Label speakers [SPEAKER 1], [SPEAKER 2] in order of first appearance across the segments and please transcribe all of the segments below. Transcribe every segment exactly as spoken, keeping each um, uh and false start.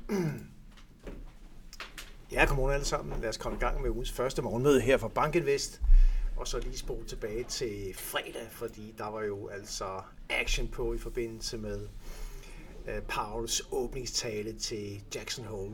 [SPEAKER 1] Ja, godmorgen alle sammen. Lad os komme i gang med ugens første morgenmøde her fra BankInvest. Og så lige spole tilbage til fredag, fordi der var jo altså action på i forbindelse med uh, Powells åbningstale til Jackson Hole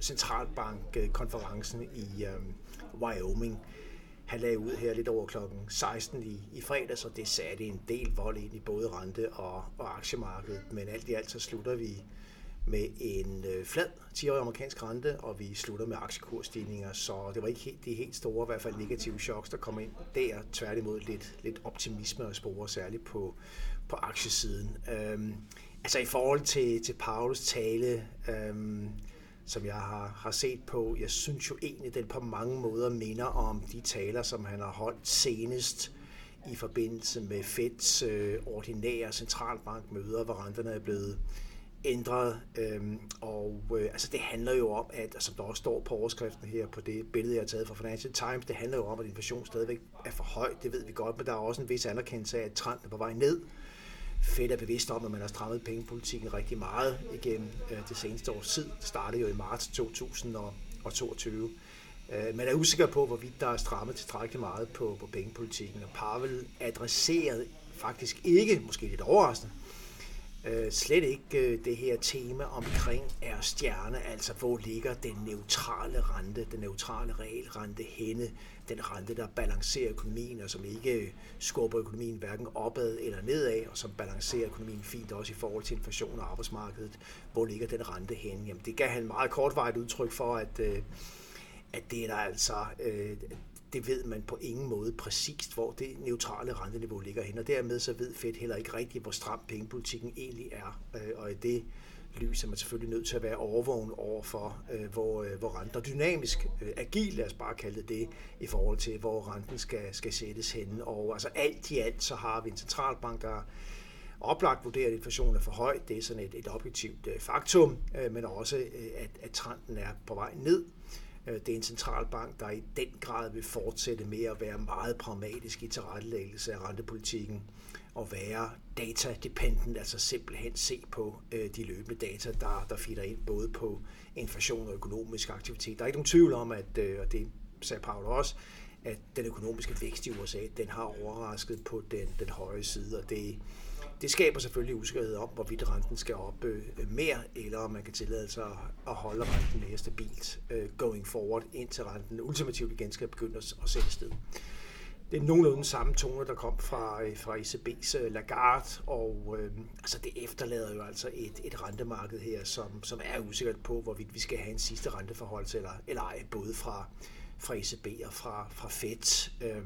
[SPEAKER 1] Centralbank-konferencen i um, Wyoming. Han lagde ud her lidt over klokken seksten i, i fredags, og det satte en del vold ind i både rente- og, og aktiemarkedet. Men alt i alt så slutter vi med en øh, flad ti-årig amerikansk rente, og vi slutter med aktiekursstigninger, så det var ikke helt, de helt store, i hvert fald negative choks, der kom ind der. Tværtimod lidt, lidt optimisme og spore, særligt på, på aktiesiden. Øhm, altså i forhold til, til Powells tale, øhm, som jeg har, har set på, jeg synes jo egentlig, den på mange måder minder om de taler, som han har holdt senest i forbindelse med Feds øh, ordinære centralbankmøder, hvor renterne er blevet ændret, øhm, og øh, altså det handler jo om, at som der også står på overskriften her på det billede, jeg har taget fra Financial Times, det handler jo om, at inflation stadigvæk er for høj, det ved vi godt, men der er også en vis anerkendelse af, at trenden er på vej ned. Fed er bevidst om, at man har strammet pengepolitikken rigtig meget igennem øh, det seneste års tid. Det startede jo i marts to tusind og toogtyve. Øh, man er usikker på, hvorvidt der er strammet tilstrækkeligt meget på, på pengepolitikken, og Powell adresserede faktisk ikke, måske lidt overraskende, Uh, slet ikke uh, det her tema omkring er stjerne, altså hvor ligger den neutrale rente, den neutrale realrente henne, den rente, der balancerer økonomien, og som ikke skubber økonomien hverken opad eller nedad, og som balancerer økonomien fint også i forhold til inflation og arbejdsmarkedet. Hvor ligger den rente henne? Jamen, det gav han meget kortvarigt udtryk for, at, uh, at det er der altså... Uh, Det ved man på ingen måde præcist, hvor det neutrale renteniveau ligger hen, og dermed så ved Fed heller ikke rigtigt, hvor stram pengepolitikken egentlig er. Og i det lys er man selvfølgelig nødt til at være overvågen over for, hvor, hvor renten er dynamisk, agil, lad os bare kalde det det, i forhold til, hvor renten skal, skal sættes henne. Og altså alt i alt, så har vi en centralbank, der oplagt vurderer, at inflationen er for høj. Det er sådan et, et objektivt faktum, men også, at, at trenden er på vej ned. Det er en centralbank, der i den grad vil fortsætte med at være meget pragmatisk i tilrettelæggelse af rentepolitikken og være data-dependent, altså simpelthen se på de løbende data, der, der fitter ind både på inflation og økonomisk aktivitet. Der er ikke nogen tvivl om, at, og det sagde Powell også, at den økonomiske vækst i U S A, den har overrasket på den, den høje side, og det Det skaber selvfølgelig usikkerhed om, hvorvidt renten skal op øh, mere, eller om man kan tillade sig at holde renten mere stabilt øh, going forward, indtil renten ultimativt igen skal begynde at, at sætte sted. Det er nogenlunde samme tone, der kom fra, øh, fra E C B's øh, Lagarde, og øh, altså det efterlader jo altså et, et rentemarked her, som, som er usikkert på, hvorvidt vi skal have en sidste renteforhold eller, eller ej, både fra, fra E C B og fra, fra Fed. Øh,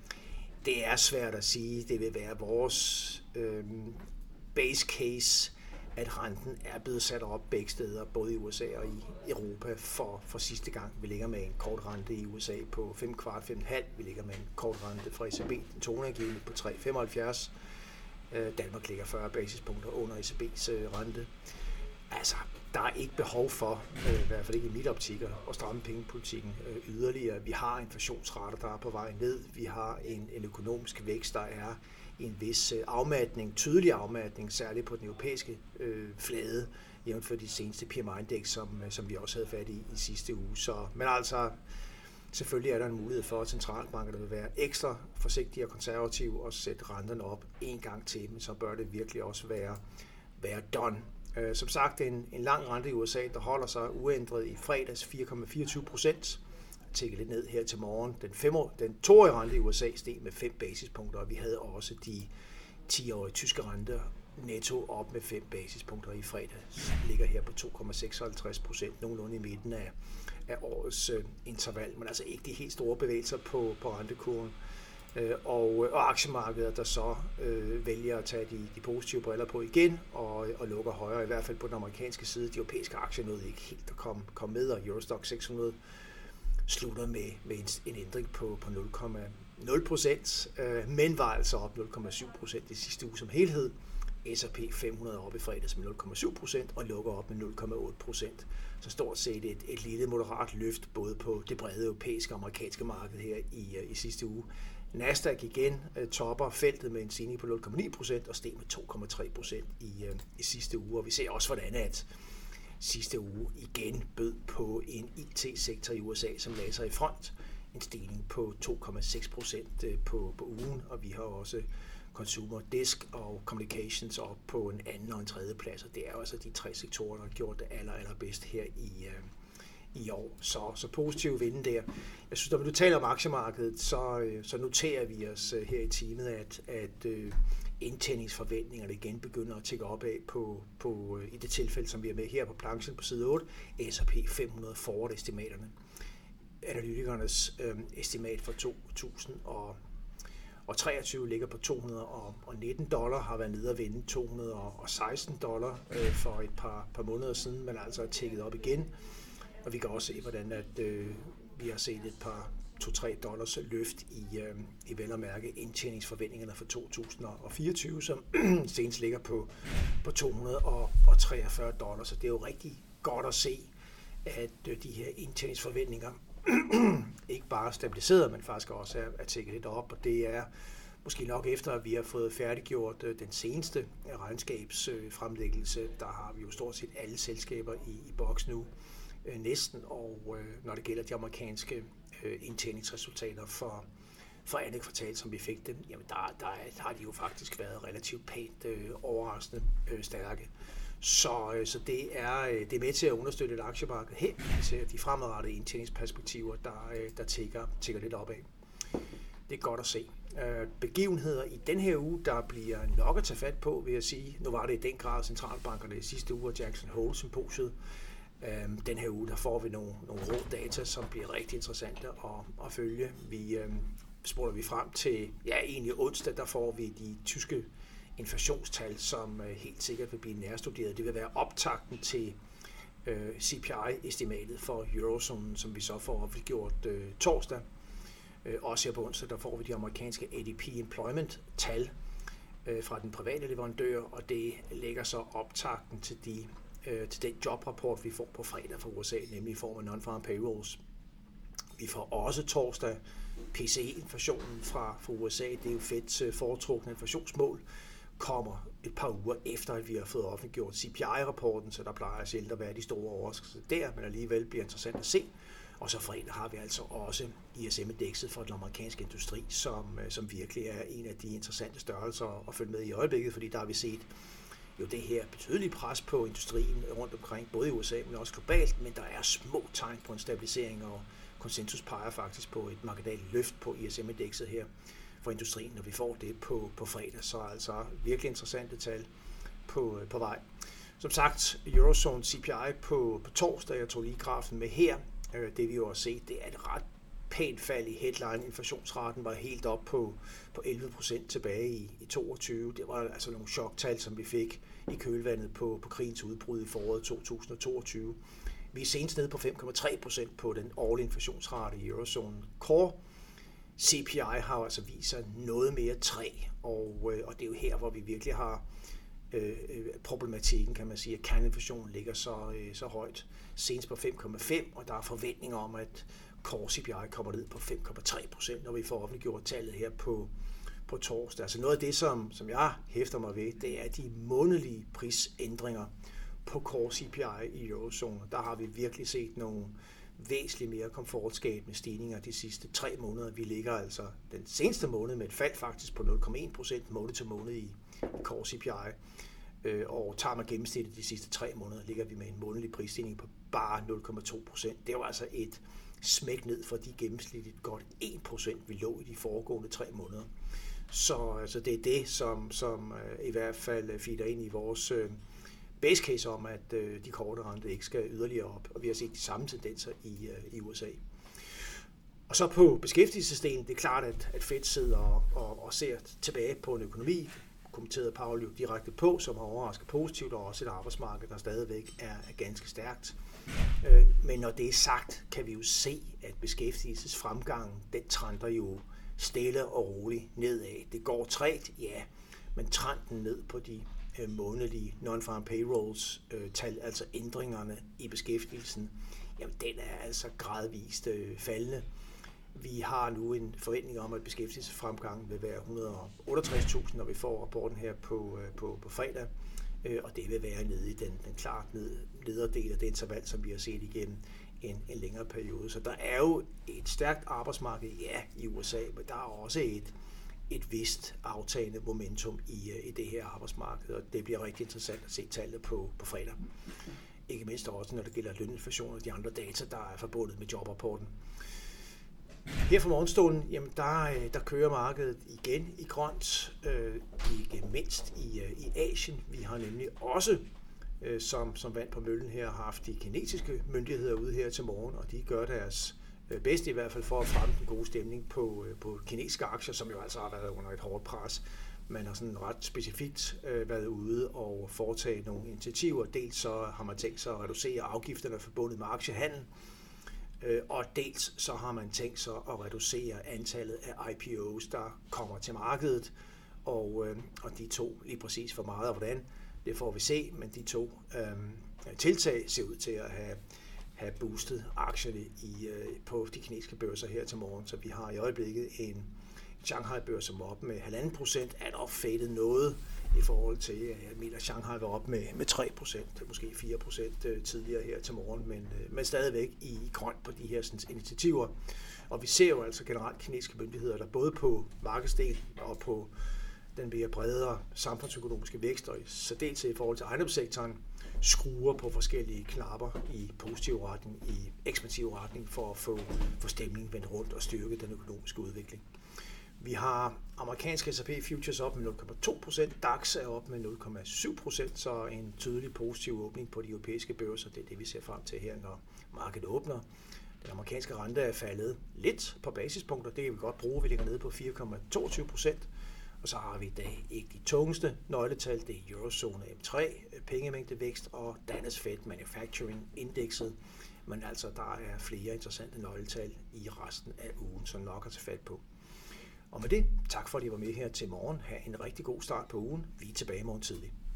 [SPEAKER 1] Det er svært at sige. Det vil være vores øhm, base case, at renten er blevet sat op begge steder, både i U S A og i Europa, for, for sidste gang. Vi ligger med en kort rente i U S A på fem kvart, fem komma fem. Vi ligger med en kort rente fra E C B, den toneangivende på tre komma femoghalvfjerds. Øh, Danmark ligger fyrre basispunkter under E C B's øh, rente. Altså, der er ikke behov for, øh, i hvert fald ikke i mit optik, at stramme pengepolitikken øh, yderligere. Vi har inflationsrater, der er på vej ned. Vi har en, en økonomisk vækst, der er i en vis øh, afmatning, tydelig afmatning, særligt på den europæiske øh, flade, jævnfør de seneste P M I-indeks, som, som vi også havde fat i i sidste uge. Så, men altså, selvfølgelig er der en mulighed for, at centralbankerne vil være ekstra forsigtige og konservative og sætte renterne op en gang til, men så bør det virkelig også være, være done. Uh, som sagt, en, en lang rente i U S A, der holder sig uændret i fredags fire komma fireogtyve procent. Tækker lidt ned her til morgen. Den, femårige, den toårige rente i U S A steg med fem basispunkter, og vi havde også de ti-årige tyske renter netto op med fem basispunkter i fredags. Ligger her på to komma seksoghalvtreds procent, nogenlunde i midten af, af årets uh, interval, men altså ikke de helt store bevægelser på, på rentekurven. Og, og aktiemarkedet, der så øh, vælger at tage de, de positive briller på igen og, og lukker højere, i hvert fald på den amerikanske side. De europæiske aktier nåede ikke helt at komme, komme med, og Eurostoxx seks hundrede slutter med, med en, en ændring på, på nul komma nul procent, øh, men var altså op nul komma syv procent i sidste uge som helhed. S og P fem hundrede op i fredags med nul komma syv procent og lukker op med nul komma otte procent. Så stort set et, et lille moderat løft både på det brede europæiske og amerikanske marked her i, i sidste uge. Nasdaq igen uh, topper feltet med en stigning på nul komma ni procent og steg med to komma tre procent i, uh, i sidste uge. Og vi ser også, hvordan at sidste uge igen bød på en I T-sektor i U S A, som lagde sig i front. En stigning på to komma seks procent på, på ugen, og vi har også Consumer Disk og Communications op på en anden og en tredje plads, og det er jo altså de tre sektorer, der har gjort det aller, allerbedst her i, øh, i år. Så, så positiv vinde der. Jeg synes, når du taler om aktiemarkedet, så, øh, så noterer vi os øh, her i teamet, at, at øh, indtjeningsforventningerne igen begynder at tikke opad på, på, øh, i det tilfælde, som vi er med her på planchen på side otte, S og P fem hundrede forward-estimaterne. Analytikernes øh, estimat for to tusind og treogtyve ligger på to hundrede og nitten dollar, har været nede at vinde to hundrede og seksten dollar øh, for et par, par måneder siden, men altså er tækket op igen. Og vi kan også se, hvordan at, øh, vi har set et par to til tre dollars løft i, øh, i vel at mærke indtjeningsforventningerne for to tusind og fireogtyve, som senest ligger på, på to hundrede og treogfyrre dollar. Så det er jo rigtig godt at se, at øh, de her indtjeningsforventninger ikke bare stabiliseret, men faktisk også er, er tækket lidt op, og det er måske nok efter, at vi har fået færdiggjort øh, den seneste regnskabsfremlæggelse. Øh, der har vi jo stort set alle selskaber i, i boks nu, øh, næsten, og øh, når det gælder de amerikanske øh, indtjeningsresultater for, for andet kvartal, som vi fik dem, jamen der, der, der har de jo faktisk været relativt pænt øh, overraskende øh, stærke. Så, så det, er, det er med til at understøtte et aktiemarked her, til de fremadrettede indtjeningsperspektiver, der, der tigger, tigger lidt opad. Det er godt at se. Begivenheder i den her uge, der bliver nok at tage fat på, vil jeg sige. Nu var det i den grad centralbankerne i sidste uge, og Jackson Hole-symposiet. Den her uge, der får vi nogle, nogle rå data, som bliver rigtig interessante at, at følge. Vi spoler vi frem til, ja egentlig onsdag, der får vi de tyske inflationstal, som helt sikkert vil blive nærstuderet. Det vil være optakten til øh, C P I-estimatet for eurozonen, som vi så får opgjort øh, torsdag. Øh, også her på onsdag, der får vi de amerikanske A D P employment-tal øh, fra den private leverandør, og det lægger så optakten til, de, øh, til den jobrapport, vi får på fredag fra U S A, nemlig i form af non-farm payrolls. Vi får også torsdag P C E-inflationen fra, fra U S A, det er jo Feds øh, foretrukne inflationsmål, kommer et par uger efter, at vi har fået offentliggjort C P I-rapporten, så der plejer sjældent at være de store overraskelser der, men alligevel bliver interessant at se. Og så fredag har vi altså også I S M-indekset for den amerikanske industri, som, som virkelig er en af de interessante størrelser at følge med i øjeblikket, fordi der har vi set jo det her betydelige pres på industrien rundt omkring, både i U S A, men også globalt, men der er små tegn på en stabilisering, og konsensus peger faktisk på et marginalt løft på I S M-indekset her for industrien, når vi får det på, på fredag. Så altså virkelig interessante tal på, på vej. Som sagt, Eurozone C P I på, på torsdag, jeg tog lige grafen med her. Det vi jo har set, det er et ret pænt fald i headline. Inflationsraten var helt op på, på elleve procent tilbage i, i toogtyve. Det var altså nogle choktal, som vi fik i kølvandet på, på krigens udbrud i foråret to tusind og toogtyve. Vi er senest nede på fem komma tre procent på den årlige inflationsrate i Eurozonen Core. C P I har altså vist sig noget mere træ, og, og det er jo her, hvor vi virkelig har øh, problematikken, kan man sige, at kerneinflationen ligger så, øh, så højt, senest på fem komma fem, og der er forventninger om, at Core C P I kommer ned på fem komma tre procent, når vi får offentliggjort tallet her på, på torsdag. Altså noget af det, som, som jeg hæfter mig ved, det er de månedlige prisændringer på Core C P I i Eurozonen. Der har vi virkelig set nogle væsentligt mere komfortskabende stigninger de sidste tre måneder. Vi ligger altså den seneste måned med et fald faktisk på nul komma en procent måned til måned i, i Core C P I. Øh, og tager man gennemsnittet de sidste tre måneder, ligger vi med en månedlig prisstigning på bare nul komma to procent. Det var altså et smæk ned for de gennemsnitligt godt en procent, vi lå i de foregående tre måneder. Så altså, det er det, som, som øh, i hvert fald feeder ind i vores øh, base case om, at øh, de korte rente ikke skal yderligere op, og vi har set de samme tendenser i, øh, i U S A. Og så på beskæftigelsesdelen, det er klart, at, at Fed sidder og, og, og ser tilbage på en økonomi, kommenterede Powell jo direkte på, som har overrasket positivt, og også et arbejdsmarked, der stadigvæk er, er ganske stærkt. Øh, men når det er sagt, kan vi jo se, at beskæftigelsesfremgangen, den trender jo stille og roligt nedad. Det går trægt, ja, men trenden ned på de øh, månedlige non-farm payrolls øh, tal, altså ændringerne i beskæftigelsen, jamen den er altså gradvist øh, faldende. Vi har nu en forventning om, at beskæftigelsesfremgangen vil være et hundrede og otteogtres tusind, når vi får rapporten her på, på, på fredag. og det vil være nede i den, den klart nederdel af det interval, som vi har set igennem en, en længere periode. Så der er jo et stærkt arbejdsmarked, ja, i U S A, men der er også et, et vist aftagende momentum i, i det her arbejdsmarked, og det bliver rigtig interessant at se tallet på, på fredag. Ikke mindst også, når det gælder løninflation og de andre data, der er forbundet med jobrapporten. Her fra morgenstunden, jamen der, der kører markedet igen i grønt, øh, ikke mindst i, i Asien. Vi har nemlig også, øh, som, som vand på møllen her, haft de kinesiske myndigheder ude her til morgen, og de gør deres øh, bedste i hvert fald for at fremme den gode stemning på, øh, på kinesiske aktier, som jo altså har været under et hårdt pres. Man har sådan ret specifikt øh, været ude og foretage nogle initiativer. Dels så har man tænkt sig at reducere afgifterne forbundet med aktiehandel, øh, og dels så har man tænkt sig at reducere antallet af I P O's, der kommer til markedet. Og, øh, og de to, lige præcis for meget og hvordan, det får vi se, men de to øh, tiltag ser ud til at have, have boostet aktierne i, øh, på de kinesiske børser her til morgen. Så vi har i øjeblikket en Shanghai-børs, som var op med halvanden procent, er dog fadet noget i forhold til, jeg mener, Shanghai var op med, med tre procent, måske fire procent tidligere her til morgen, men, men stadigvæk i grønt på de her sådan, initiativer. Og vi ser jo altså generelt kinesiske myndigheder, der både på markedsdelen og på den mere bredere samfundsøkonomiske vækst, og i særdeleshed i forhold til ejendomssektoren, skruer på forskellige knapper i positiv retning, i ekspansiv retning, for at få, få stemningen vendt rundt og styrke den økonomiske udvikling. Vi har amerikanske S and P futures op med nul komma to procent, DAX er op med nul komma syv procent, så en tydelig positiv åbning på de europæiske børser. Det er det, vi ser frem til her, når markedet åbner. Den amerikanske rente er faldet lidt på basispunkter, det kan vi godt bruge. Vi ligger nede på fire komma toogtyve procent, og så har vi i dag ikke de tungeste nøgletal. Det er Eurozone M tre, pengemængdevækst og Dansk Fed Manufacturing Indekset. Men altså, der er flere interessante nøgletal i resten af ugen, som nok er til fat på. Og med det, tak fordi I var med her til morgen. Ha' en rigtig god start på ugen. Vi er tilbage i morgen tidlig.